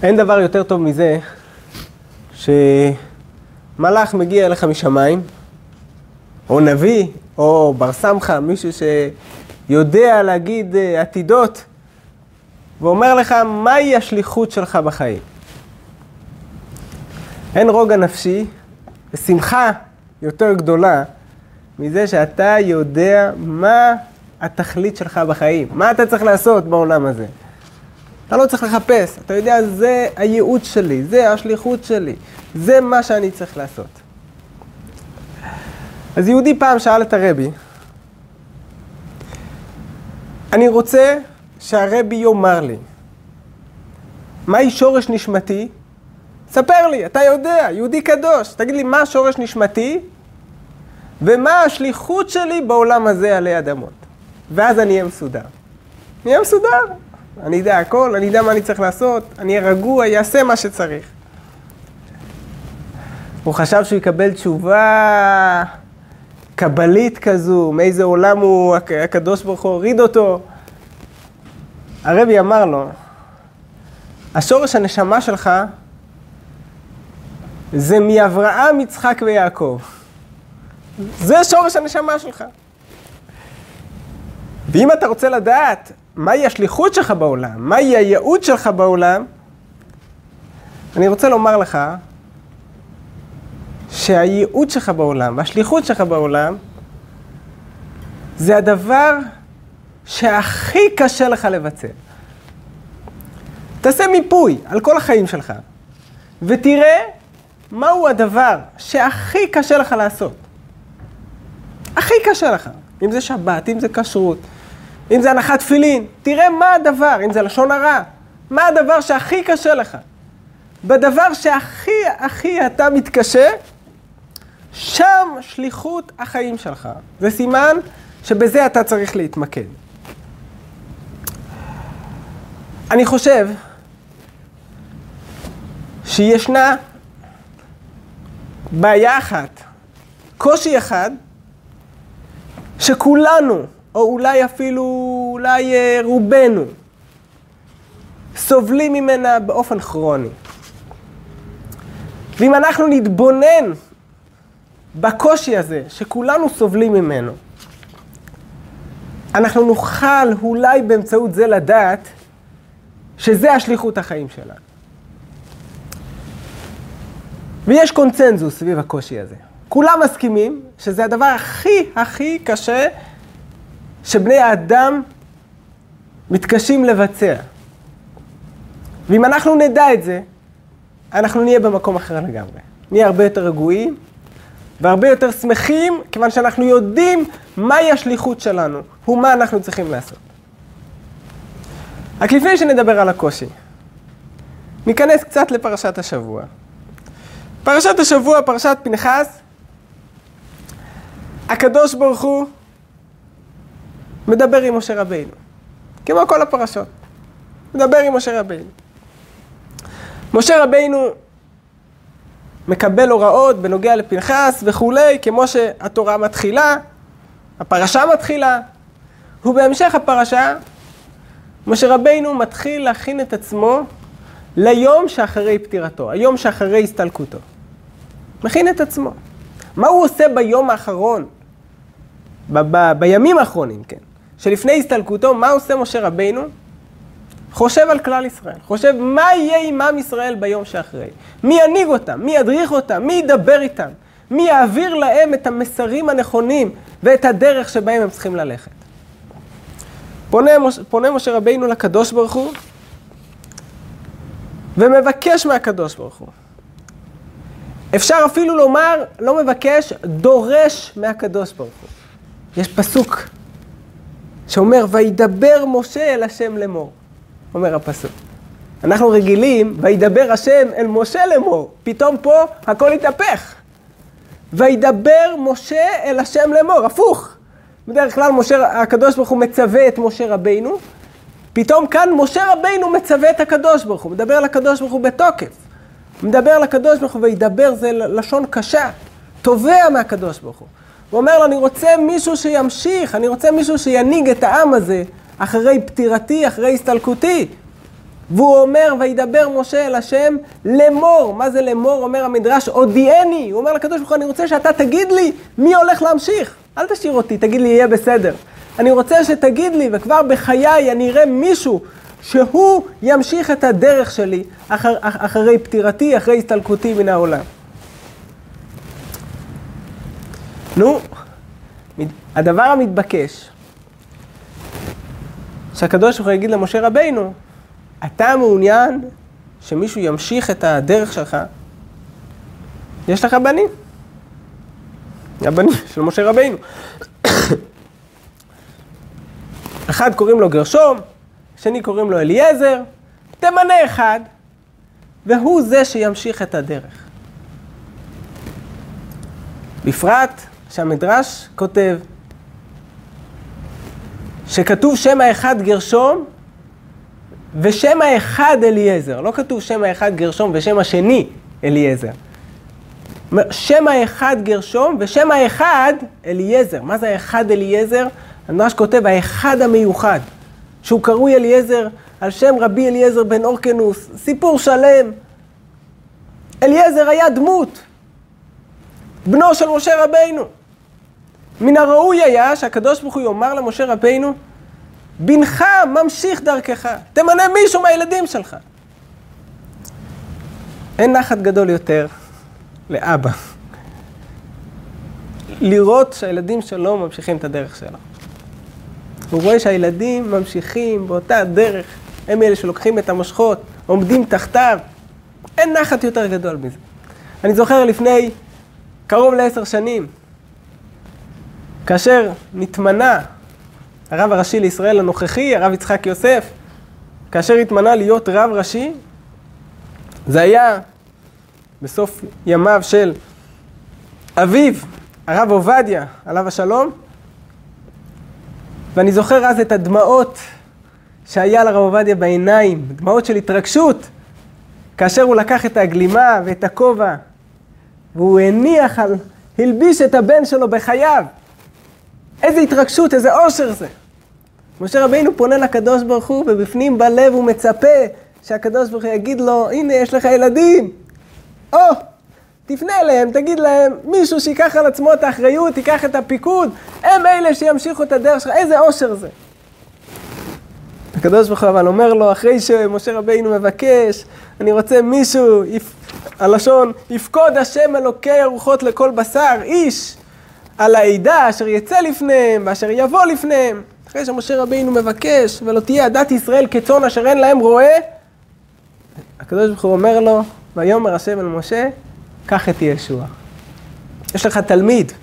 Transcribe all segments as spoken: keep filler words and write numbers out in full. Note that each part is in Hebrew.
אין דבר יותר טוב מזה שמלאך מגיע אליך משמיים, או נביא, או בר סמכה, מישהו שיודע להגיד עתידות, ואומר לך מהי השליחות שלך בחיים. אין רוגע נפשי ושמחה יותר גדולה מזה שאתה יודע מה התכלית שלך בחיים, מה אתה צריך לעשות בעולם הזה. אתה לא צריך לחפש, אתה יודע, זה הייעוד שלי, זה השליחות שלי, זה מה שאני צריך לעשות. אז יהודי פעם שאל את הרבי, אני רוצה שהרבי יאמר לי, מהי שורש נשמתי? ספר לי, אתה יודע, יהודי קדוש, תגיד לי מה שורש נשמתי, ומה השליחות שלי בעולם הזה עלי אדמות. ואז אני אהיה מסודר. אני אהיה מסודר. אני יודע הכל, אני יודע מה אני צריך לעשות, אני אהיה רגוע, יעשה מה שצריך. הוא חשב שהוא יקבל תשובה קבלית כזו, מאיזה עולם הוא, הקדוש ברוך הוא הוריד אותו. הרבי אמר לו, השורש הנשמה שלך זה מאברהם, יצחק ויעקב. זה שורש הנשמה שלך. ואם אתה רוצה לדעת מהי השליחות שלך בעולם, מהי הייעוד שלך בעולם, אני רוצה לומר לך שהייעוד שלך בעולם והשליחות שלך בעולם זה הדבר שהכי קשה לך לבצע. תעשה מיפוי על כל החיים שלך ותראה מהו הדבר שהכי קשה לך לעשות. הכי קשה לך. אם זה שבת, אם זה כשרות, אם זה הנחת תפילין, תראה מה הדבר, אם זה לשון הרע, מה הדבר שהכי קשה לך. בדבר שהכי הכי אתה מתקשה, שם שליחות החיים שלך. זה סימן שבזה אתה צריך להתמקד. אני חושב שישנה בעיה אחת, קושי אחד, שכולנו, או אולי אפילו, אולי רובנו, סובלים ממנה באופן כרוני. ואם אנחנו נתבונן בקושי הזה, שכולנו סובלים ממנו, אנחנו נוכל אולי באמצעות זה לדעת שזה השליחות החיים שלנו. ויש קונצנזוס סביב הקושי הזה. כולם מסכימים שזה הדבר הכי הכי קשה שבני האדם מתקשים לבצע. ואם אנחנו נדע את זה, אנחנו נהיה במקום אחר לגמרי. נהיה הרבה יותר רגועים והרבה יותר שמחים, כיוון שאנחנו יודעים מהי השליחות שלנו ומה אנחנו צריכים לעשות. רק לפני שנדבר על הקושי, ניכנס קצת לפרשת השבוע. פרשת השבוע, פרשת פנחס, הקדוש ברוך הוא מדבר עם משה רבינו, כמו כל הפרשות, מדבר עם משה רבינו. משה רבינו מקבל הוראות בנוגע לפנחס וכולי, כמו שהתורה מתחילה, הפרשה מתחילה, ובהמשך הפרשה, משה רבינו מתחיל להכין את עצמו ליום שאחרי פטירתו, היום שאחרי הסתלקותו. מכין את עצמו. מה הוא עושה ביום האחרון? ב- ב- בימים האחרונים, כן. שלפני הסתלקותו, מה עושה משה רבינו? חושב על כלל ישראל. חושב מה יהיה עם עם ישראל ביום שאחרי. מי ינהיג אותם? מי ידריך אותם? מי ידבר איתם? מי יעביר להם את המסרים הנכונים ואת הדרך שבהם הם צריכים ללכת? פונה, פונה משה רבינו לקדוש ברוך הוא ומבקש מהקדוש ברוך הוא. אפשר אפילו לומר, לא מבקש, דורש מהקדוש ברוך הוא. יש פסוק שאומר, וידבר משה אל השם לאמור. אומר הפסוק. אנחנו רגילים, וידבר השם אל משה לאמור. פתאום פה הכל התהפך. וידבר משה אל השם לאמור, הפוך. בדרך כלל משה, הקדוש ברוך הוא מצווה את משה רבינו. פתאום כאן משה רבינו מצווה את הקדוש ברוך הוא. מדבר לקדוש ברוך הוא בתוקף. מדבר לקדוש ברוך הוא וידבר, זה לשון קשה. תובע מהקדוש ברוך הוא. הוא אומר לו, אני רוצה מישהו שימשיך, אני רוצה מישהו שינהיג את העם הזה אחרי פטירתי, אחרי הסתלקותי. והוא אומר, וידבר משה אל השם לאמור. מה זה לאמור? אומר המדרש, הודיעני. הוא אומר לקדוש ברוך הוא, אני רוצה שאתה תגיד לי מי הולך להמשיך. אל תשאיר אותי, תגיד לי, יהיה בסדר. אני רוצה שתגיד לי, וכבר בחיי אני אראה מישהו שהוא ימשיך את הדרך שלי אחר, אחרי פטירתי, אחרי הסתלקותי מן העולם. נו, הדבר המתבקש, שהקדוש ברוך הוא יגיד למשה רבינו, אתה מעוניין שמישהו ימשיך את הדרך שלך, יש לך בנים. הבנים של משה רבינו. אחד קוראים לו גרשום, שני קוראים לו אליעזר, תמנה אחד, והוא זה שימשיך את הדרך. בפרט שהמדרש כותב שכתוב שם האחד גרשום ושם האחד אליעזר. לא כתוב שם האחד גרשום ושם השני אליעזר. שם האחד גרשום ושם האחד אליעזר. מה זה האחד אליעזר? המדרש כותב האחד המיוחד, שהוא קרוי אליעזר על שם רבי אליעזר בן אורקנוס. סיפור שלם. אליעזר היה דמות, בנו של משה רבינו. מן הראוי היה שהקדוש ברוך הוא יאמר למשה רבינו, בנך ממשיך דרכך, תמנה מישהו מהילדים שלך. אין נחת גדול יותר לאבא לראות שהילדים שלו ממשיכים את הדרך שלו. הוא רואה שהילדים ממשיכים באותה דרך, הם אלה שלוקחים את המושכות, עומדים תחתיו. אין נחת יותר גדול מזה. אני זוכר לפני קרוב לעשר שנים, כאשר נתמנה הרב הראשי לישראל הנוכחי, הרב יצחק יוסף, כאשר התמנה להיות רב ראשי, זה היה בסוף ימיו של אביו, הרב עובדיה, עליו השלום, ואני זוכר אז את הדמעות שהיה לרב עובדיה בעיניים, דמעות של התרגשות, כאשר הוא לקח את הגלימה ואת הכובע, והוא הניח על, הלביש את הבן שלו בחייו. איזה התרגשות, איזה אושר זה. משה רבינו פונה לקדוש ברוך הוא, ובפנים בלב הוא מצפה שהקדוש ברוך הוא יגיד לו, הנה יש לך ילדים. או, תפנה אליהם, תגיד להם, מישהו שיקח על עצמו את האחריות, ייקח את הפיקוד, הם אלה שימשיכו את הדרך שלך, איזה אושר זה. הקדוש ברוך הוא אבל אומר לו, אחרי שמשה רבינו מבקש, אני רוצה מישהו, יפ... הלשון, יפקוד השם אלוקי הרוחות לכל בשר, איש, על העדה אשר יצא לפניהם ואשר יבוא לפניהם. אחרי שמשה רבינו מבקש, ולא תהיה עדת ישראל כצאן אשר אין להם רועה, הקדוש ברוך הוא אומר לו, ויאמר השם אל משה, קח את ישוע. יש לך תלמיד,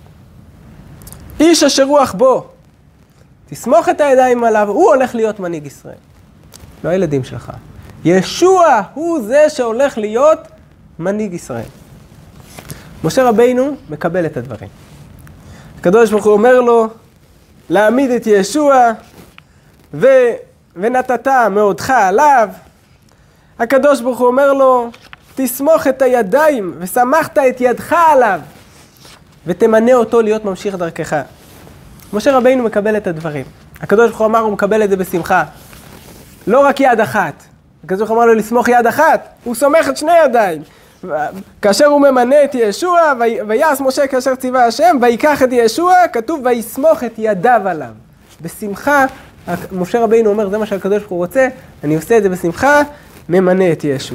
איש אשר רוח בו, תסמוך את הידיים עליו, הוא הולך להיות מנהיג ישראל. לא הילדים שלך. ישוע הוא זה שהולך להיות מנהיג ישראל. משה רבינו מקבל את הדברים. הקדוש ברוך הוא אומר לו, להעמיד את ישוע, ו... ונתת מאודך עליו. הקדוש ברוך הוא אומר לו, תסמוך את הידיים, ושמחת את ידך עליו, ותמנה אותו להיות ממשיך דרכך. משה רבינו מקבל את הדברים. הקדוש ברוך הוא אמר, הוא מקבל את זה בשמחה. לא רק יד אחת. הקדוש ברוך הוא אמר לו לסמוך יד אחת, הוא סומך את שני ידיים. כאשר הוא ממנה את ישוע, ויעש משה כאשר ציווה השם, ויקח את ישוע, כתוב ויסמוך את ידיו עליו. בשמחה, משה רבינו אומר, זה מה שהקדוש ברוך הוא רוצה, אני עושה את זה בשמחה, ממנה את ישוע.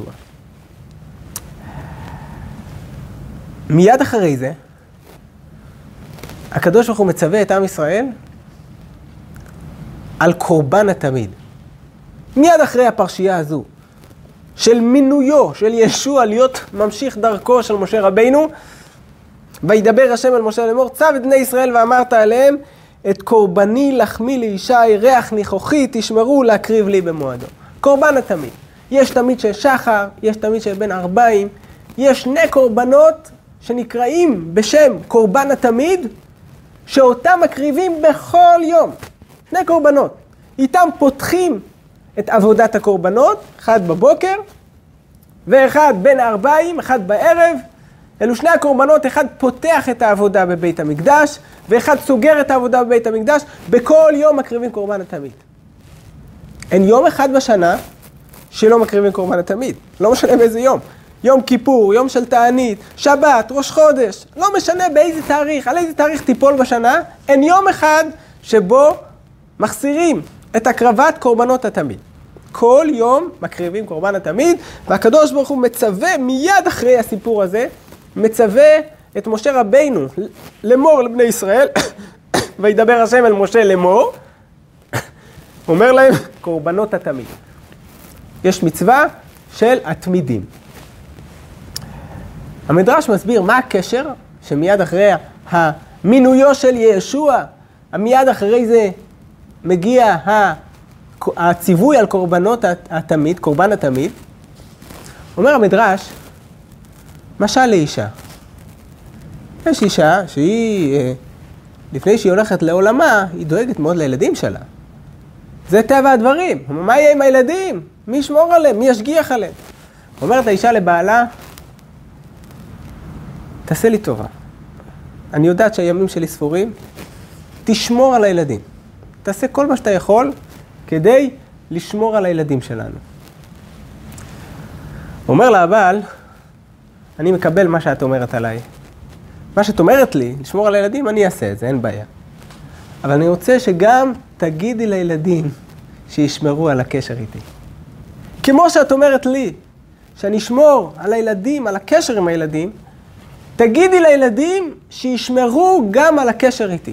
מיד אחרי זה, הקדוש ברוך הוא מצווה את עם ישראל על קורבן התמיד. מיד אחרי הפרשייה הזו, של מינויו, של ישוע, להיות ממשיך דרכו של משה רבינו, וידבר השם אל משה לאמור, צו את בני ישראל ואמרת עליהם, את קורבני לחמי לישי, ריח ניחוחי, תשמרו להקריב לי במועדו. קורבן התמיד. יש תמיד של שחר, יש תמיד של בן ארבעים, יש שני קורבנות שנקראים בשם קורבן התמיד, שאותם מקריבים בכל יום. שני קורבנות. איתם פותחים את עבודת הקורבנות, אחד בבוקר, ואחד בין הארבעים, אחד בערב. אלו שני הקורבנות, אחד פותח את העבודה בבית המקדש, ואחד סוגר את העבודה בבית המקדש. בכל יום מקריבים קורבן התמיד. אין יום אחד בשנה שלא מקריבים קורבן התמיד. לא משנה באיזה יום. יום כיפור, יום של תענית, שבת, ראש חודש. לא משנה באיזה תאריך, על איזה תאריך תיפול בשנה. אין יום אחד שבו מחסירים את הקרבת קורבנות התמיד. כל יום מקריבים קורבן התמיד, והקדוש ברוך הוא מצווה מיד אחרי הסיפור הזה, מצווה את משה רבינו לאמור לבני ישראל, וידבר השם אל משה לאמור, אומר להם קורבנות התמיד. יש מצווה של התמידים. המדרש מסביר מה הקשר שמיד אחרי המינויו של ישוע, מיד אחרי זה מגיע הציווי על קורבנות התמיד, קורבן התמיד. אומר המדרש, משל לאישה. יש אישה שהיא, לפני שהיא הולכת לעולמה, היא דואגת מאוד לילדים שלה. זה טבע הדברים. מה יהיה עם הילדים? מי ישמור עליהם? מי ישגיח עליהם? אומרת האישה לבעלה, תעשה לי טובה. אני יודעת שהימים שלי ספורים, תשמור על הילדים. תעשה כל מה שאתה יכול כדי לשמור על הילדים שלנו. אומר לה הבעל, אני מקבל מה שאת אומרת עליי. מה שאת אומרת לי, לשמור על הילדים, אני אעשה את זה, אין בעיה. אבל אני רוצה שגם תגידי לילדים שישמרו על הקשר איתי. כמו שאת אומרת לי, שאני אשמור על הילדים, על הקשר עם הילדים, תגידי לילדים שישמרו גם על הקשר איתי.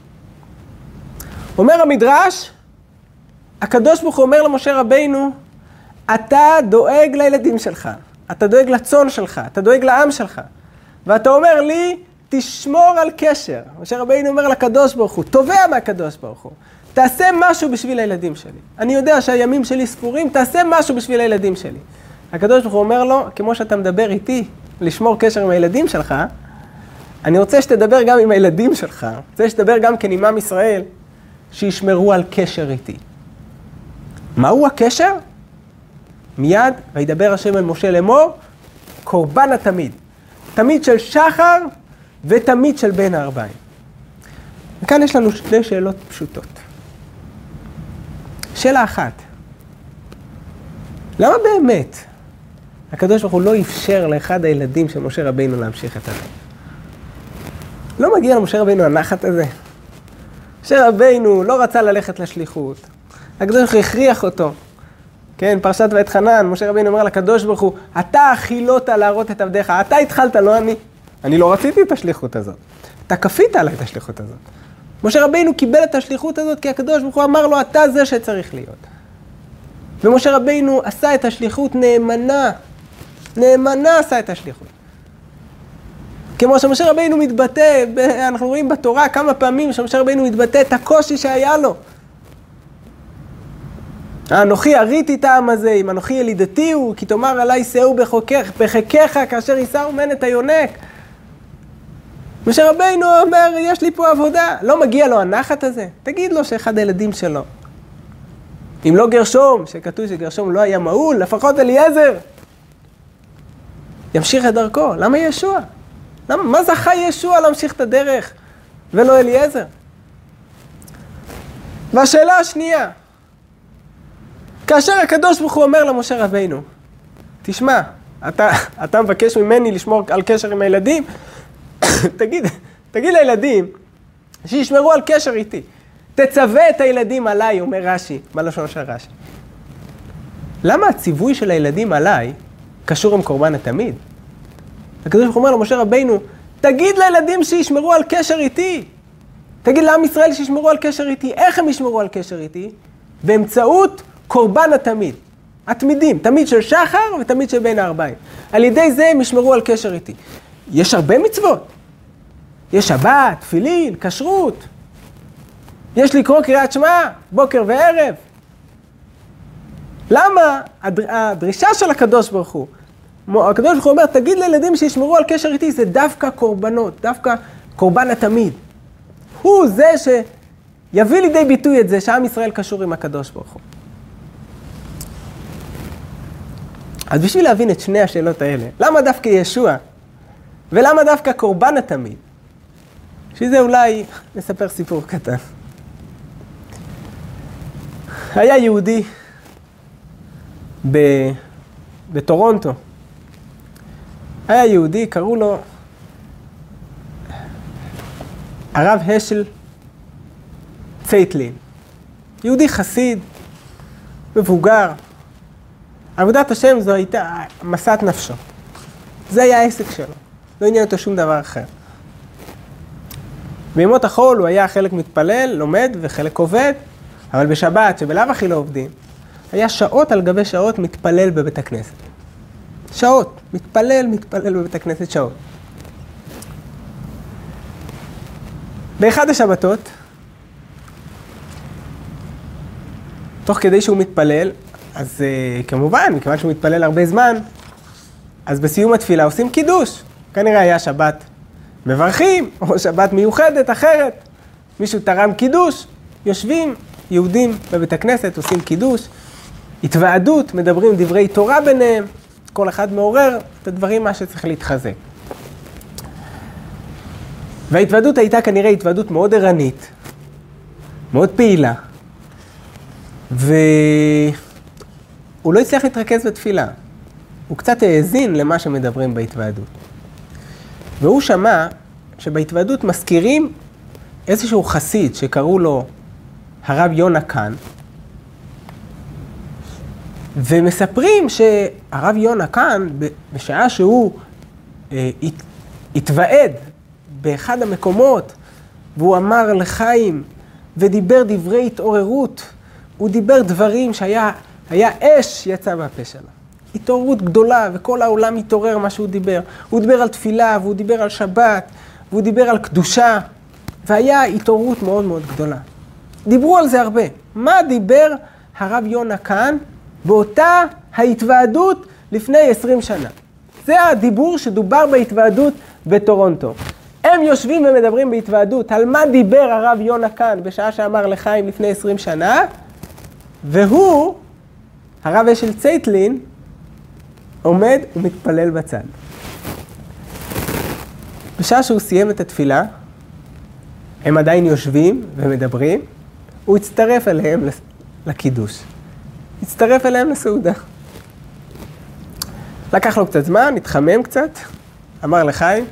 אומר המדרש, הקדוש ברוך הוא אומר למשה רבינו, אתה דואג לילדים שלך, אתה דואג לצאן שלך, אתה דואג לעם שלך, ואתה אומר לי, תשמור על קשר. משה רבינו אומר לקדוש ברוך הוא, תובע מהקדוש ברוך הוא, תעשה משהו בשביל הילדים שלי. אני יודע שהימים שלי ספורים, תעשה משהו בשביל הילדים שלי. הקדוש ברוך הוא אומר לו, כמו שאתה מדבר איתי, לשמור קשר עם הילדים שלך, אני רוצה שתדבר גם עם הילדים שלך, אני רוצה שתדבר גם כן עם עם ישראל, שישמרו על קשר איתי. מהו הקשר? מיד, וידבר השם אל משה לאמור, קורבן התמיד. תמיד של שחר ותמיד של בין הארבעים. וכאן יש לנו שתי שאלות פשוטות. שאלה אחת, למה באמת הקדוש ברוך הוא לא אפשר לאחד הילדים של משה רבינו להמשיך את הדרך? לא מגיע למשה רבינו הנחת הזה. משה רבינו לא רצה ללכת לשליחות. הקדוש ברוך הוא הכריח אותו. כן, פרשת ואתחנן, משה רבינו אומר לקדוש ברוך הוא, אתה החילת להראות את עבדיך, אתה התחלת, לא אני. אני לא רציתי את השליחות הזאת. אתה כפית עליי את השליחות הזאת. משה רבינו קיבל את השליחות הזאת כי הקדוש ברוך הוא אמר לו, אתה זה שצריך להיות. ומשה רבינו עשה את השליחות נאמנה. נאמנה עשה את השליחות. כמו שמשה רבינו מתבטא, אנחנו רואים בתורה כמה פעמים שמשה רבינו מתבטא את הקושי שהיה לו. אנוכי הריתי את העם הזה, אם אנוכי ילידתי הוא, כי תאמר עליי שאו בחיקך כאשר יישאו מנת היונק. משה רבינו אומר, יש לי פה עבודה. לא מגיע לו הנחת הזה? תגיד לו שאחד הילדים שלו. אם לא גרשום, שכתוב שגרשום לא היה מעול, לפחות אליעזר. ימשיך את דרכו. למה ישוע? למה? מה זכה ישוע להמשיך את הדרך ולא אליעזר? והשאלה השנייה, כאשר הקדוש ברוך הוא אומר למשה רבינו, תשמע, אתה, אתה מבקש ממני לשמור על קשר עם הילדים? תגיד, תגיד לילדים שישמרו על קשר איתי. תצווה את הילדים עליי, אומר רש"י, בלשון של רש"י. למה הציווי של הילדים עליי קשור עם קורבן התמיד? הקדוש ברוך הוא אומר למשה רבינו, תגיד לילדים שישמרו על קשר איתי. תגיד לעם ישראל שישמרו על קשר איתי. איך הם ישמרו על קשר איתי? באמצעות קורבן התמיד. התמידים, תמיד של שחר ותמיד של בין הארבעים. על ידי זה הם ישמרו על קשר איתי. יש הרבה מצוות. יש שבת, תפילין, כשרות. יש לקרוא קריאת שמע, בוקר וערב. למה הדרישה של הקדוש ברוך הוא? הקדוש ברוך הוא אומר, תגיד לילדים שישמרו על קשר איתי, זה דווקא קורבנות, דווקא קורבן התמיד. הוא זה שיביא לידי ביטוי את זה, שעם ישראל קשור עם הקדוש ברוך הוא. אז בשביל להבין את שני השאלות האלה, למה דווקא ישוע? ולמה דווקא קורבן התמיד? שזה אולי נספר סיפור קטן. היה יהודי ב... בטורונטו. היה יהודי, קראו לו הרב השל צייטלין. יהודי חסיד, מבוגר. עבודת השם זו הייתה מסעת נפשו. זה היה העסק שלו. לא עניין אותו שום דבר אחר. בימות החול הוא היה חלק מתפלל, לומד וחלק עובד, אבל בשבת, שבלאו הכי לא עובדים, היה שעות על גבי שעות מתפלל בבית הכנסת. שעות. מתפלל, מתפלל בבית הכנסת שעות. באחד השבתות, תוך כדי שהוא מתפלל, אז uh, כמובן, מכיוון שהוא מתפלל הרבה זמן, אז בסיום התפילה עושים קידוש. כנראה היה שבת מברכים, או שבת מיוחדת אחרת. מישהו תרם קידוש, יושבים יהודים בבית הכנסת, עושים קידוש, התוועדות, מדברים דברי תורה ביניהם, כל אחד מעורר את הדברים מה שצריך להתחזק. וההתוועדות הייתה כנראה התוועדות מאוד ערנית, מאוד פעילה, והוא לא הצליח להתרכז בתפילה. הוא קצת האזין למה שמדברים בהתוועדות. והוא שמע שבהתוועדות מזכירים איזשהו חסיד שקראו לו הרב יונה קאן, ומספרים שהרב יונה קאן, בשעה שהוא אה, הת, התוועד באחד המקומות, והוא אמר לחיים ודיבר דברי התעוררות, הוא דיבר דברים שהיה היה אש יצא מהפה שלו. התעוררות גדולה, וכל העולם התעורר מה שהוא דיבר. הוא דיבר על תפילה, והוא דיבר על שבת, והוא דיבר על קדושה, והיה התעוררות מאוד מאוד גדולה. דיברו על זה הרבה. מה דיבר הרב יונה קאן באותה ההתוועדות לפני עשרים שנה? זה הדיבור שדובר בהתוועדות בטורונטו. הם יושבים ומדברים בהתוועדות על מה דיבר הרב יונה קאן בשעה שאמר לחיים לפני עשרים שנה, והוא, הרב השל צייטלין, עומד ומתפלל בצד. בשעה שהוא סיים את התפילה, הם עדיין יושבים ומדברים, הוא הצטרף אליהם לקידוש. הצטרף אליהם לסעודה. לקח לו קצת זמן, התחמם קצת, אמר לחיים,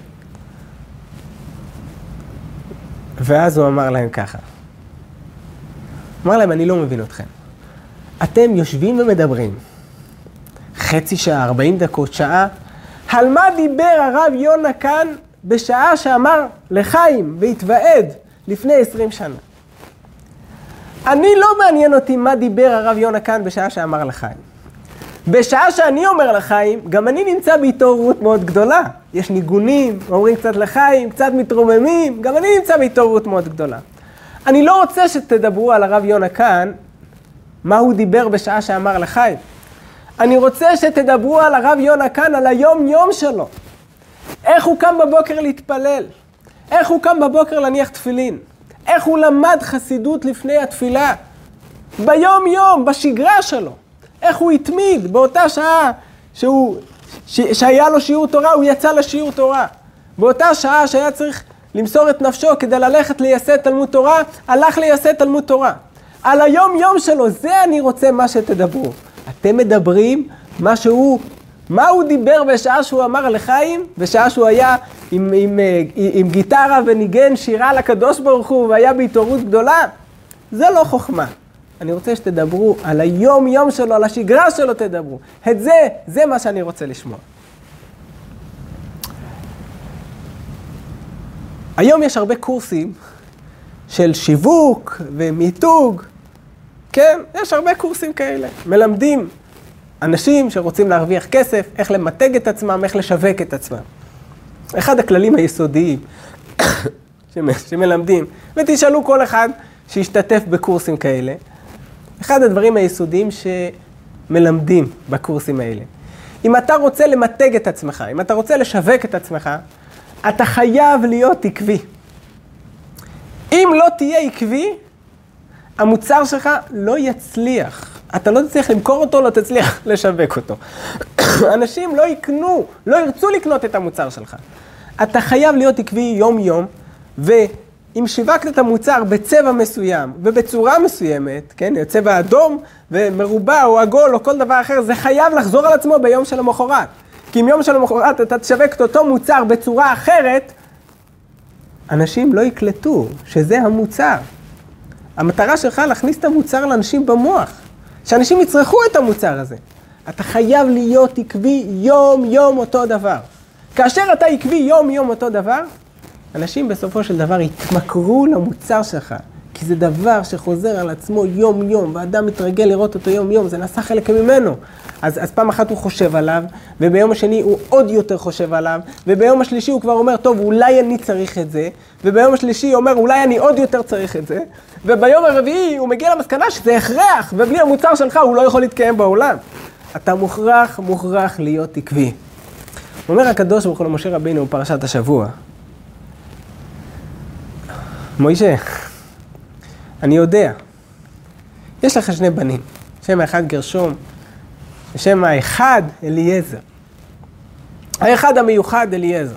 ואז הוא אמר להם ככה. אמר להם, אני לא מבין אתכם. אתם יושבים ומדברים, חצי שעה, ארבעים דקות, שעה, על מה דיבר הרב יונה קאן בשעה שאמר לחיים והתוועד לפני עשרים שנה. אני לא מעניין אותי מה דיבר הרב יונה קאן בשעה שאמר לחיים. בשעה שאני אומר לחיים, גם אני נמצא בהתעוררות מאוד גדולה. יש ניגונים, אומרים קצת לחיים, קצת מתרוממים, גם אני נמצא בהתעוררות מאוד גדולה. אני לא רוצה שתדברו על הרב יונה קאן, מה הוא דיבר בשעה שאמר לחיים. אני רוצה שתדברו על הרב יונה קאן, על היום יום שלו. איך הוא קם בבוקר להתפלל, איך הוא קם בבוקר להניח תפילין, איך הוא למד חסידות לפני התפילה, ביום יום, בשגרה שלו. איך הוא התמיד באותה שעה שהוא, ש, שהיה לו שיעור תורה, הוא יצא לשיעור תורה. באותה שעה שהיה צריך למסור את נפשו כדי ללכת לייסד תלמוד תורה, הלך לייסד תלמוד תורה. על היום יום שלו, זה אני רוצה מה שתדברו. אתם מדברים מה שהוא, מה הוא דיבר בשעה שהוא אמר לחיים, בשעה שהוא היה עם, עם, עם, עם גיטרה וניגן שירה לקדוש ברוך הוא והיה בהתעוררות גדולה. זה לא חוכמה. אני רוצה שתדברו על היום יום שלו, על השגרה שלו תדברו. את זה, זה מה שאני רוצה לשמוע. היום יש הרבה קורסים של שיווק ומיתוג. כן, יש הרבה קורסים כאלה. מלמדים אנשים שרוצים להרוויח כסף, איך למתג את עצמם, איך לשווק את עצמם. אחד הכללים היסודיים שמלמדים, ותשאלו כל אחד שישתתף בקורסים כאלה, אחד הדברים היסודיים שמלמדים בקורסים האלה. אם אתה רוצה למתג את עצמך, אם אתה רוצה לשווק את עצמך, אתה חייב להיות עקבי. אם לא תהיה עקבי, המוצר שלך לא יצליח. אתה לא תצליח למכור אותו, לא תצליח לשווק אותו. אנשים לא יקנו, לא ירצו לקנות את המוצר שלך. אתה חייב להיות עקבי יום יום, אם שיווקת את המוצר בצבע מסוים ובצורה מסוימת, כן, צבע אדום ומרובע או עגול או כל דבר אחר, זה חייב לחזור על עצמו ביום של המחרת. כי אם יום של המחרת אתה תשווק את אותו מוצר בצורה אחרת, אנשים לא יקלטו שזה המוצר. המטרה שלך להכניס את המוצר לאנשים במוח, שאנשים יצרכו את המוצר הזה. אתה חייב להיות עקבי יום יום אותו דבר. כאשר אתה עקבי יום יום אותו דבר, אנשים בסופו של דבר יתמכרו למוצר שלך, כי זה דבר שחוזר על עצמו יום יום, ואדם מתרגל לראות אותו יום יום, זה נעשה חלק ממנו. אז, אז פעם אחת הוא חושב עליו, וביום השני הוא עוד יותר חושב עליו, וביום השלישי הוא כבר אומר, טוב, אולי אני צריך את זה, וביום השלישי הוא אומר, אולי אני עוד יותר צריך את זה, וביום הרביעי הוא מגיע למסקנה שזה הכרח, ובלי המוצר שלך הוא לא יכול להתקיים בעולם. אתה מוכרח, מוכרח להיות עקבי. אומר הקדוש ברוך הוא למשה רבינו בפרשת השבוע, מוישה, אני יודע, יש לך שני בנים, שם האחד גרשום, ושם האחד אליעזר. האחד המיוחד אליעזר.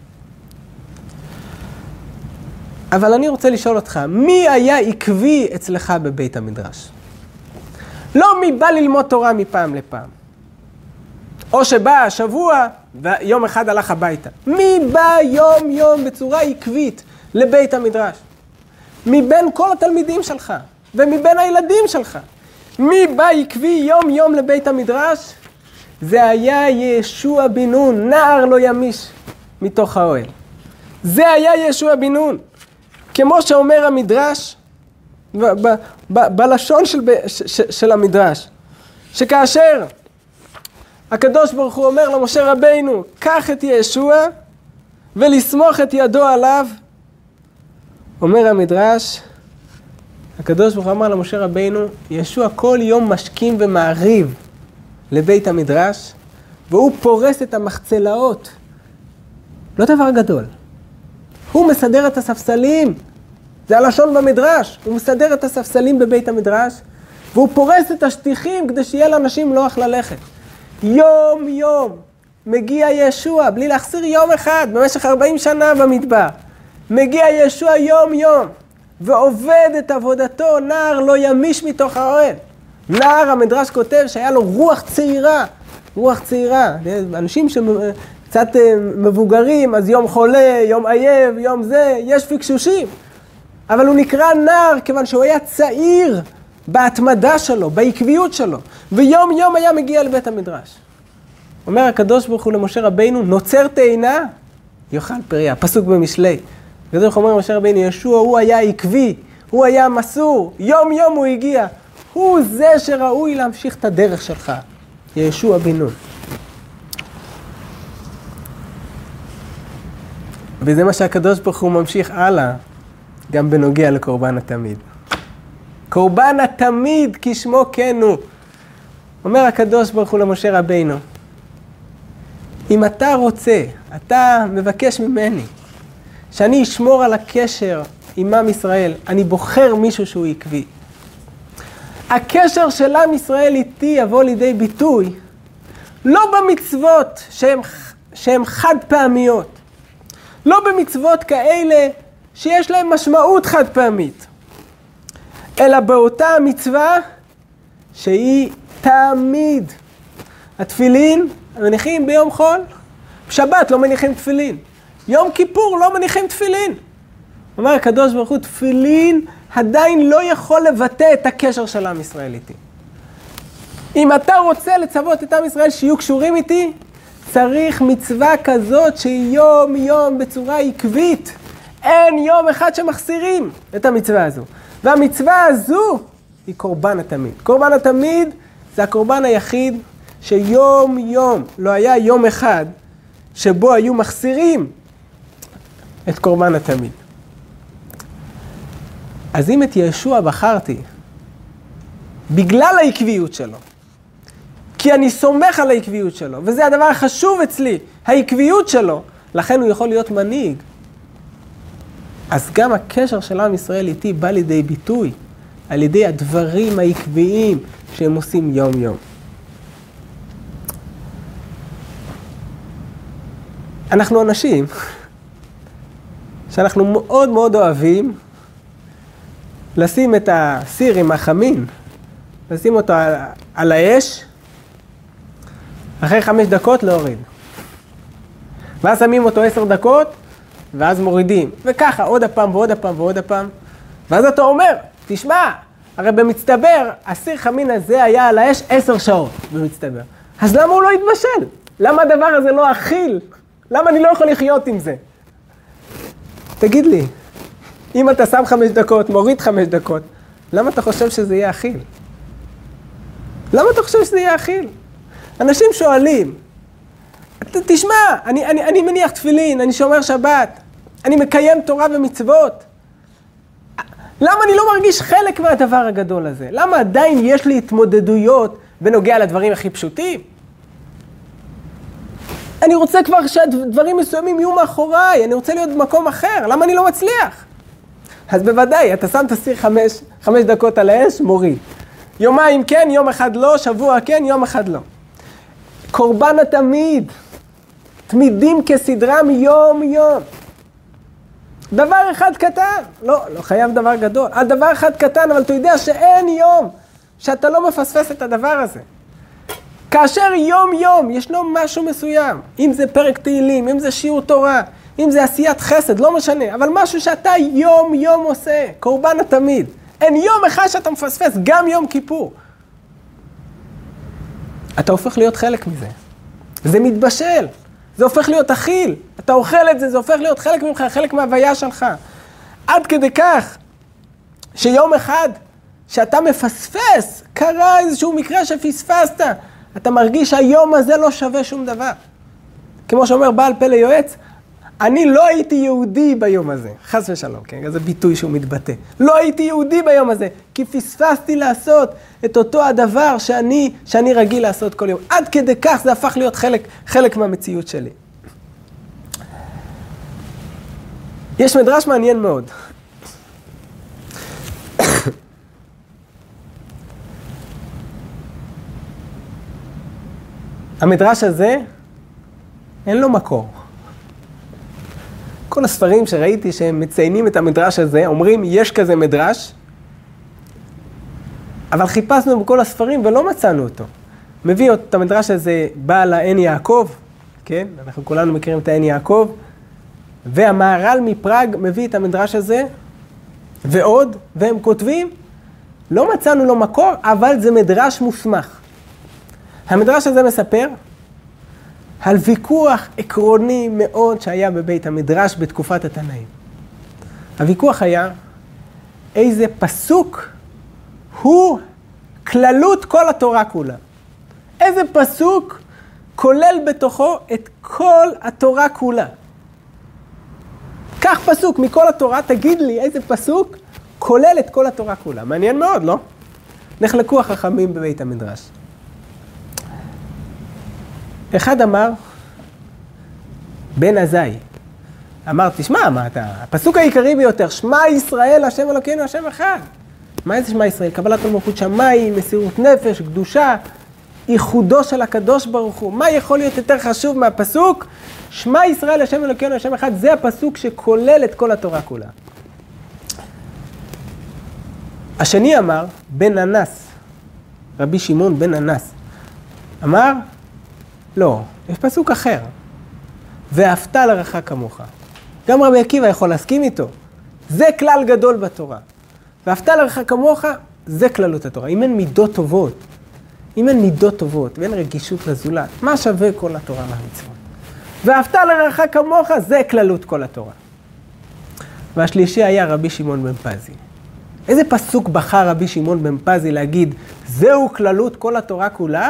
אבל אני רוצה לשאול אותך, מי היה עקבי אצלך בבית המדרש? לא מי בא ללמוד תורה מפעם לפעם. או שבא השבוע ויום אחד הלך הביתה. מי בא יום יום בצורה עקבית לבית המדרש? מבין כל התלמידים שלך ומבין הילדים שלך. מי בא עקבי יום יום לבית המדרש? זה היה ישוע בן נון, נער לא ימיש מתוך האוהל. זה היה ישוע בן נון. כמו שאומר המדרש, ב- ב- ב- בלשון של, ש- של המדרש, שכאשר הקדוש ברוך הוא אומר למשה רבינו, קח את ישוע ולסמוך את ידו עליו, אומר המדרש, הקדוש ברוך הוא אמר למשה רבינו, ישוע כל יום משכים ומעריב לבית המדרש, והוא פורס את המחצלאות. לא דבר גדול. הוא מסדר את הספסלים. זה הלשון במדרש. הוא מסדר את הספסלים בבית המדרש, והוא פורס את השטיחים כדי שיהיה לאנשים נוח ללכת. יום יום מגיע ישוע, בלי להחסיר יום אחד, במשך ארבעים שנה במדבר. מגיע ישוע יום יום, ועובד את עבודתו, נער לא ימיש מתוך האוהל. נער, המדרש כותב שהיה לו רוח צעירה, רוח צעירה. אנשים שקצת מבוגרים, אז יום חולה, יום עייב, יום זה, יש פיקשושים. אבל הוא נקרא נער כיוון שהוא היה צעיר בהתמדה שלו, בעקביות שלו. ויום יום היה מגיע לבית המדרש. אומר הקדוש ברוך הוא למשה רבינו, נוצר תאנה, יאכל פריה, פסוק במשלי. הקדוש ברוך הוא אומר למשה רבינו, ישוע הוא היה עקבי, הוא היה מסור, יום יום הוא הגיע. הוא זה שראוי להמשיך את הדרך שלך, ישוע בן נון. וזה מה שהקדוש ברוך הוא ממשיך הלאה, גם בנוגע לקורבן התמיד. קורבן התמיד כשמו כן הוא. אומר הקדוש ברוך הוא למשה רבינו, אם אתה רוצה, אתה מבקש ממני, שאני אשמור על הקשר עם עם ישראל, אני בוחר מישהו שהוא עקבי. הקשר של עם ישראל איתי יבוא לידי ביטוי, לא במצוות שהן, שהן חד פעמיות, לא במצוות כאלה שיש להן משמעות חד פעמית, אלא באותה מצווה שהיא תמיד. התפילין מניחים ביום חול, בשבת לא מניחים תפילין, יום כיפור לא מניחים תפילין. אומר הקדוש ברוך הוא, תפילין עדיין לא יכול לבטא את הקשר של עם ישראל איתי. אם אתה רוצה לצוות את עם ישראל שיהיו קשורים איתי, צריך מצווה כזאת שהיא יום יום בצורה עקבית. אין יום אחד שמחסירים את המצווה הזו. והמצווה הזו היא קורבן התמיד. קורבן התמיד זה הקורבן היחיד שיום יום, לא היה יום אחד שבו היו מחסירים את קורבן התמיד. אז אם את ישוע בחרתי בגלל העקביות שלו, כי אני סומך על העקביות שלו, וזה הדבר החשוב אצלי, העקביות שלו, לכן הוא יכול להיות מנהיג. אז גם הקשר של עם ישראל איתי בא לידי ביטוי, על ידי הדברים העקביים שהם עושים יום יום. אנחנו אנשים שאנחנו מאוד מאוד אוהבים לשים את הסיר עם החמין, לשים אותו על, על האש, אחרי חמש דקות להוריד. ואז שמים אותו עשר דקות, ואז מורידים. וככה, עוד הפעם ועוד הפעם ועוד הפעם. ואז אתה אומר, תשמע, הרי במצטבר, הסיר חמין הזה היה על האש עשר שעות במצטבר. אז למה הוא לא יתבשל? למה הדבר הזה לא אכיל? למה אני לא יכול לחיות עם זה? תגיד לי, אם אתה שם חמש דקות, מוריד חמש דקות, למה אתה חושב שזה יהיה אכיל? למה אתה חושב שזה יהיה אכיל? אנשים שואלים, תשמע, אני, אני, אני מניח תפילין, אני שומר שבת, אני מקיים תורה ומצוות. למה אני לא מרגיש חלק מהדבר הגדול הזה? למה עדיין יש לי התמודדויות בנוגע לדברים הכי פשוטים? אני רוצה כבר שהדברים מסוימים יהיו מאחוריי, אני רוצה להיות במקום אחר, למה אני לא מצליח? אז בוודאי, אתה שם את הסיר חמש, חמש דקות על האש, מוריד. יומיים כן, יום אחד לא, שבוע כן, יום אחד לא. קורבן התמיד, תמידים כסדרם יום יום. דבר אחד קטן, לא, לא חייב דבר גדול, הדבר אחד קטן, אבל אתה יודע שאין יום שאתה לא מפספס את הדבר הזה. כאשר יום יום ישנו משהו מסוים, אם זה פרק תהילים, אם זה שיעור תורה, אם זה עשיית חסד, לא משנה, אבל משהו שאתה יום יום עושה, קורבן התמיד. אין יום אחד שאתה מפספס, גם יום כיפור. אתה הופך להיות חלק מזה. זה מתבשל, זה הופך להיות אכיל. אתה אוכל את זה, זה הופך להיות חלק ממך, חלק מהוויה שלך. עד כדי כך שיום אחד שאתה מפספס, קרה איזשהו מקרה שפספסת, אתה מרגיש שהיום הזה לא שווה שום דבר. כמו שאומר בעל פה ליועץ, אני לא הייתי יהודי ביום הזה, חס ושלום, כן? זה ביטוי שהוא מתבטא. לא הייתי יהודי ביום הזה, כי פספסתי לעשות את אותו הדבר שאני, שאני רגיל לעשות כל יום. עד כדי כך זה הפך להיות חלק, חלק מהמציאות שלי. יש מדרש מעניין מאוד. המדרש הזה, אין לו מקור. כל הספרים שראיתי שהם מציינים את המדרש הזה, אומרים, יש כזה מדרש, אבל חיפשנו בכל הספרים ולא מצאנו אותו. מביא את המדרש הזה בעל העין יעקב, כן? אנחנו כולנו מכירים את העין יעקב, והמהר"ל מפראג מביא את המדרש הזה, ועוד, והם כותבים, לא מצאנו לו מקור, אבל זה מדרש מוסמך. המדרש הזה מספר על ויכוח עקרוני מאוד שהיה בבית המדרש בתקופת התנאים. הוויכוח היה איזה פסוק הוא כללות כל התורה כולה. איזה פסוק כולל בתוכו את כל התורה כולה. קח פסוק מכל התורה, תגיד לי איזה פסוק כולל את כל התורה כולה. מעניין מאוד, לא? נחלקו החכמים בבית המדרש. אחד אמר, בן עזאי, אמר, תשמע, מה אתה? הפסוק העיקרי ביותר, שמע ישראל, השם אלוקינו, השם אחד. מה זה שמע ישראל? קבלת מלכות שמיים, מסירות נפש, קדושה, ייחודו של הקדוש ברוך הוא. מה יכול להיות יותר חשוב מהפסוק? שמע ישראל, השם אלוקינו, השם אחד. זה הפסוק שכולל את כל התורה כולה. השני אמר, בן אנס, רבי שמעון בן אנס, אמר, לא, יש פסוק אחר. ואהבת לרעך כמוך. גם רבי עקיבא יכול להסכים איתו. זה כלל גדול בתורה. ואהבת לרעך כמוך, זה כללות התורה. אם אין מידות טובות, אם אין מידות טובות ואין רגישות לזולת, מה שווה כל התורה והמצוות? ואהבת לרעך כמוך, זה כללות כל התורה. והשלישי היה רבי שמעון בן פזי. איזה פסוק בחר רבי שמעון בן פזי להגיד, זהו כללות כל התורה כולה?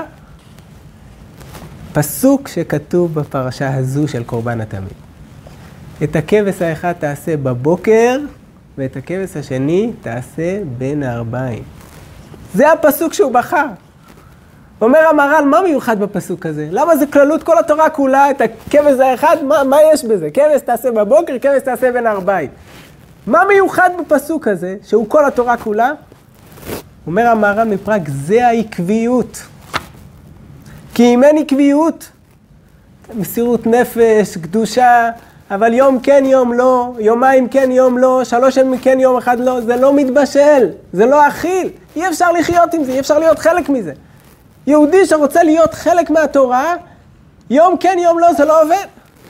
פסוק שכתוב בפרשה הזו של קורבן התמיד. את הכבש האחד תעשה בבוקר, ואת הכבש השני תעשה בין הארבעים. זה הפסוק שהוא בחר. אומר המהר"ל, מה מיוחד בפסוק הזה? למה זה כללות כל התורה כולה? את הכבש האחד, מה, מה יש בזה? כבש תעשה בבוקר, כבש תעשה בין הארבעים. מה מיוחד בפסוק הזה, שהוא כל התורה כולה? אומר המהר"ל מפראג, זה העקביות. כי אם אין עקביות, מסירות נפש, קדושה, אבל יום כן יום לא, יומיים כן יום לא, שלוש ימים כן יום אחד לא, זה לא מתבשל, זה לא אכיל, אי אפשר לחיות עם זה, אי אפשר להיות חלק מזה. יהודי שרוצה להיות חלק מהתורה, יום כן יום לא, זה לא עובד.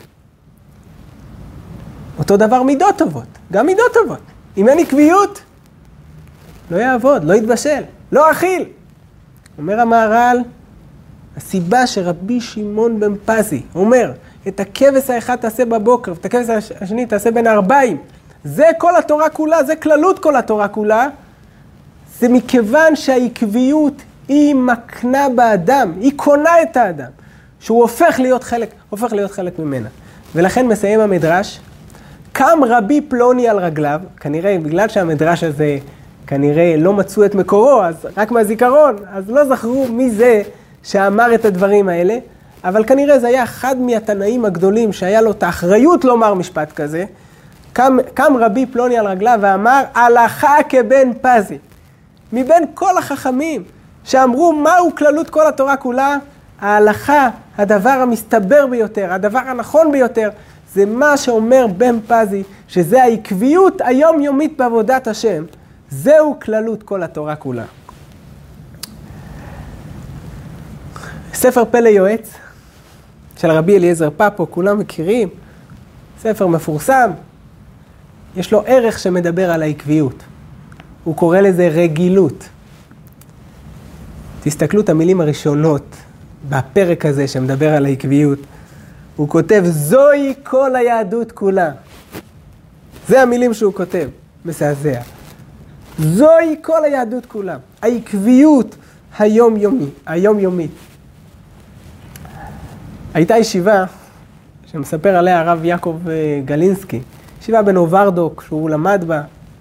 אותו דבר מידות טובות, גם מידות טובות. אם אין עקביות, לא יעבוד, לא יתבשל, לא אכיל. אומר המהר"ל, הסיבה שרבי שמעון בן פזי אומר, את הכבש האחד תעשה בבוקר, ואת הכבש השני תעשה בין הארבעים, זה כל התורה כולה, זה כללות כל התורה כולה, זה מכיוון שהעקביות היא מקנה באדם, היא קונה את האדם, שהוא הופך להיות חלק, הופך להיות חלק ממנה. ולכן מסיים המדרש, קם רבי פלוני על רגליו, כנראה בגלל שהמדרש הזה כנראה לא מצאו את מקורו, אז רק מהזיכרון, אז לא זכרו מי זה שאמר את הדברים האלה, אבל כנראה זה היה אחד מהתנאים הגדולים שהיה לו את האחריות לומר משפט כזה, קם, קם רבי פלוני על רגליו ואמר, הלכה כבן פזי. מבין כל החכמים שאמרו מהו כללות כל התורה כולה, ההלכה, הדבר המסתבר ביותר, הדבר הנכון ביותר, זה מה שאומר בן פזי, שזה העקביות היומיומית בעבודת השם. זהו כללות כל התורה כולה. ספר פלא יועץ של רבי אליעזר פפו, כולם מכירים, ספר מפורסם, יש לו ערך שמדבר על העקביות. הוא קורא לזה רגילות. תסתכלו את המילים הראשונות בפרק הזה שמדבר על העקביות. הוא כותב, זוהי כל היהדות כולה. זה המילים שהוא כותב, מזעזע. זוהי כל היהדות כולה. העקביות היומיומית, היומיומית. הייתה ישיבה שמספר עליה הרב יעקב גלינסקי, ישיבה בנוברדוק שהוא למד בה.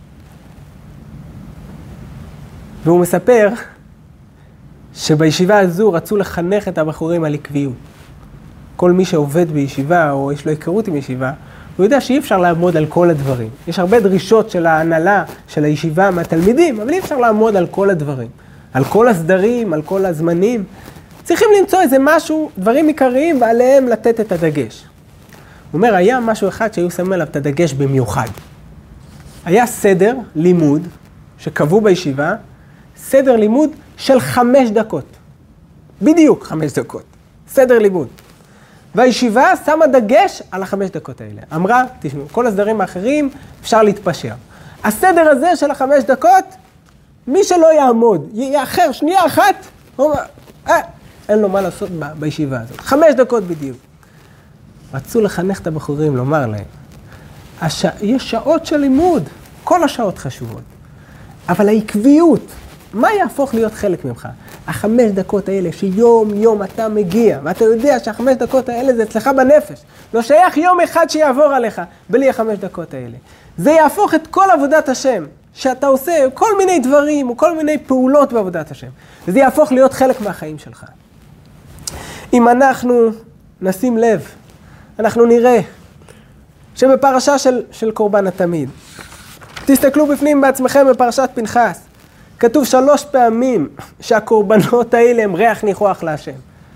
והוא מספר שבישיבה הזו רצו לחנך את הבחורים על עקביות. כל מי שעובד בישיבה או יש לו היכרות עם ישיבה, הוא יודע שאי אפשר לעמוד על כל הדברים. יש הרבה דרישות של ההנהלה, של הישיבה מהתלמידים, אבל אי אפשר לעמוד על כל הדברים. על כל הסדרים, על כל הזמנים. צריכים למצוא איזה משהו, דברים עיקריים, ועליהם לתת את הדגש. הוא אומר, היה משהו אחד שהיו שמים עליו את הדגש במיוחד. היה סדר לימוד שקבעו בישיבה, סדר לימוד של חמש דקות. בדיוק חמש דקות. סדר לימוד. והישיבה שמה דגש על החמש דקות האלה. אמרה, תשמעו, כל הסדרים האחרים אפשר להתפשר. הסדר הזה של החמש דקות, מי שלא יעמוד, יאחר שנייה אחת, הוא אומר, אה, אין לו מה לעשות ב- בישיבה הזאת. חמש דקות בדיוק. רצו לחנך את הבחורים, לומר להם, הש... יש שעות של לימוד, כל השעות חשובות. אבל העקביות, מה יהפוך להיות חלק ממך? החמש דקות האלה שיום יום אתה מגיע, ואתה יודע שהחמש דקות האלה זה אצלך בנפש. לא שייך יום אחד שיעבור עליך, בלי החמש דקות האלה. זה יהפוך את כל עבודת השם, שאתה עושה כל מיני דברים, או כל מיני פעולות בעבודת השם. וזה יהפוך להיות חלק מהחיים שלך. אם אנחנו נשים לב, אנחנו נראה שבפרשה של, של קורבן התמיד, תסתכלו בפנים בעצמכם בפרשת פנחס, כתוב שלוש פעמים שהקורבנות האלה הם ריח ניחוח להשם.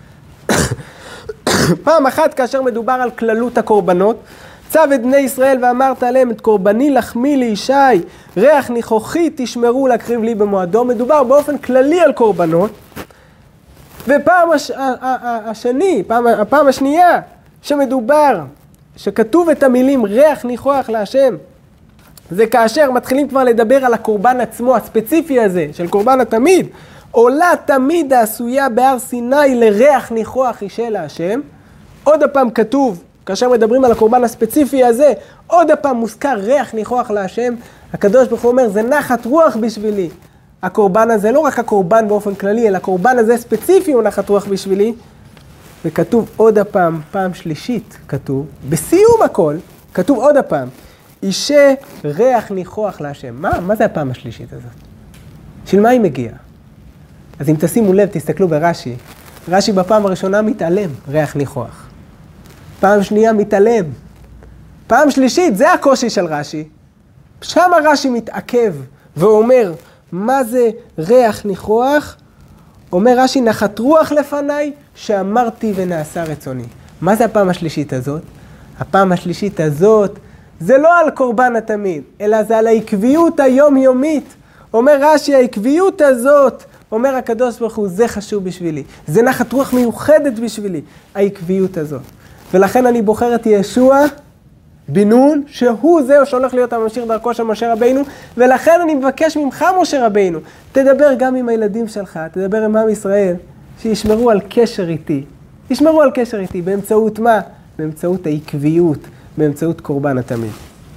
פעם אחת כאשר מדובר על כללות הקורבנות, צו את בני ישראל ואמרת עליהם את קורבני לחמי לישי, ריח ניחוחי תשמרו להקריב לי במועדו. מדובר באופן כללי על קורבנות. ופעם הש... השני, פעם... הפעם השנייה שמדובר, שכתוב את המילים ריח ניחוח להשם, זה כאשר מתחילים כבר לדבר על הקורבן עצמו, הספציפי הזה, של קורבן התמיד. עולה תמיד העשויה בהר סיני לריח ניחוח אישה להשם. עוד הפעם כתוב, כאשר מדברים על הקורבן הספציפי הזה, עוד הפעם מוזכר ריח ניחוח להשם. הקדוש ברוך הוא אומר, זה נחת רוח בשבילי. הקורבן הזה, לא רק הקורבן באופן כללי, אלא הקורבן הזה ספציפי הוא נחת רוח בשבילי. וכתוב עוד הפעם, פעם שלישית כתוב, בסיום הכל, כתוב עוד הפעם, אישה ריח ניחוח להשם. מה? מה זה הפעם השלישית הזאת? של מה היא מגיעה? אז אם תשימו לב, תסתכלו ברש"י. רש"י בפעם הראשונה מתעלם, ריח ניחוח. פעם שנייה מתעלם. פעם שלישית, זה הקושי של רש"י. שם רש"י מתעכב ואומר, מה זה ריח ניחוח? אומר רש"י, נחת רוח לפניי שאמרתי ונעשה רצוני. מה זה הפעם השלישית הזאת? הפעם השלישית הזאת, זה לא על קורבן התמיד, אלא זה על העקביות היומיומית. אומר רש"י, העקביות הזאת, אומר הקדוש ברוך הוא, זה חשוב בשבילי. זה נחת רוח מיוחדת בשבילי, העקביות הזאת. ולכן אני בוחר את ישוע בן נון, שהוא זהו שהולך להיות הממשיך דרכו של משה רבינו, ולכן אני מבקש ממך, משה רבינו, תדבר גם עם הילדים שלך, תדבר עם עם ישראל, שישמרו על קשר איתי. ישמרו על קשר איתי, באמצעות מה? באמצעות העקביות, באמצעות קורבן התמיד.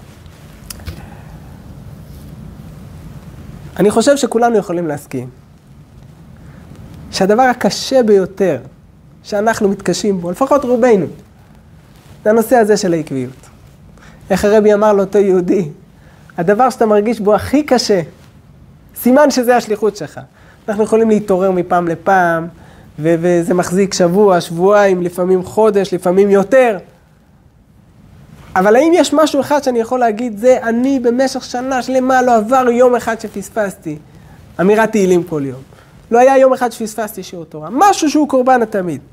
אני חושב שכולנו יכולים להסכים, שהדבר הקשה ביותר שאנחנו מתקשים בו, לפחות רובנו, זה הנושא הזה של העקביות. איך הרבי אמר לאותו יהודי, הדבר שאתה מרגיש בו הכי קשה, סימן שזה השליחות שלך. אנחנו יכולים להתעורר מפעם לפעם, ו- וזה מחזיק שבוע, שבועיים, לפעמים חודש, לפעמים יותר. אבל האם יש משהו אחד שאני יכול להגיד, זה אני במשך שנה שלמה לא עבר יום אחד שפספסתי, אמירת תהילים כל יום. לא היה יום אחד שפספסתי שיעור תורה. משהו שהוא קורבן התמיד.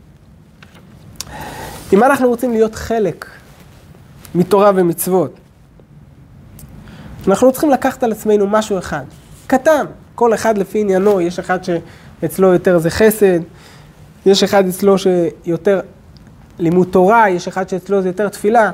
אם אנחנו רוצים להיות חלק מתורה ומצוות, אנחנו צריכים לקחת על עצמנו משהו אחד, קטן, כל אחד לפי עניינו. יש אחד שאצלו יותר זה חסד, יש אחד אצלו שיותר לימוד תורה, יש אחד שאצלו זה יותר תפילה.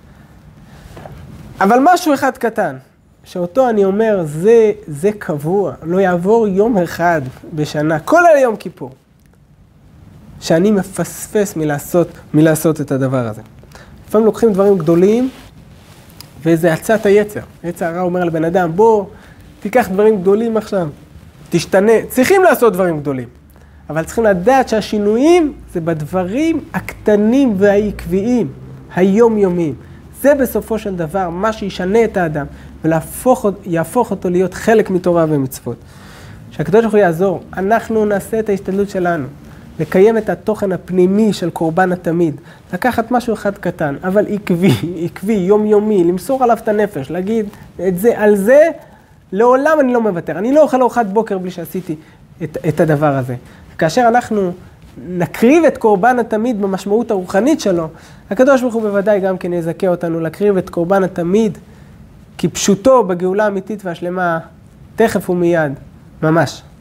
אבל משהו אחד קטן, שאותו אני אומר, זה, זה קבוע, לא יעבור יום אחד בשנה, כל היום כיפור, שאני מפספס מלעשות, מלעשות את הדבר הזה. לפעמים לוקחים דברים גדולים, וזה עצת היצר. יצר הרע אומר לבן אדם, בוא, תיקח דברים גדולים עכשיו, תשתנה. צריכים לעשות דברים גדולים, אבל צריכים לדעת שהשינויים זה בדברים הקטנים והעקביים, היומיומיים. זה בסופו של דבר מה שישנה את האדם, ויהפוך אותו להיות חלק מתורה ומצוות. שהקדוש ברוך הוא יעזור, אנחנו נעשה את ההשתדלות שלנו, לקיים את התוכן הפנימי של קורבן התמיד, לקחת משהו אחד קטן, אבל עקבי, עקבי, יומיומי, למסור עליו את הנפש, להגיד את זה, על זה, לעולם אני לא מוותר. אני לא אוכל ארוחת בוקר בלי שעשיתי את, את הדבר הזה. כאשר אנחנו נקריב את קורבן התמיד במשמעות הרוחנית שלו, הקדוש ברוך הוא בוודאי גם כן יזכה אותנו להקריב את קורבן התמיד, כי פשוטו בגאולה האמיתית והשלמה תכף ומיד, ממש.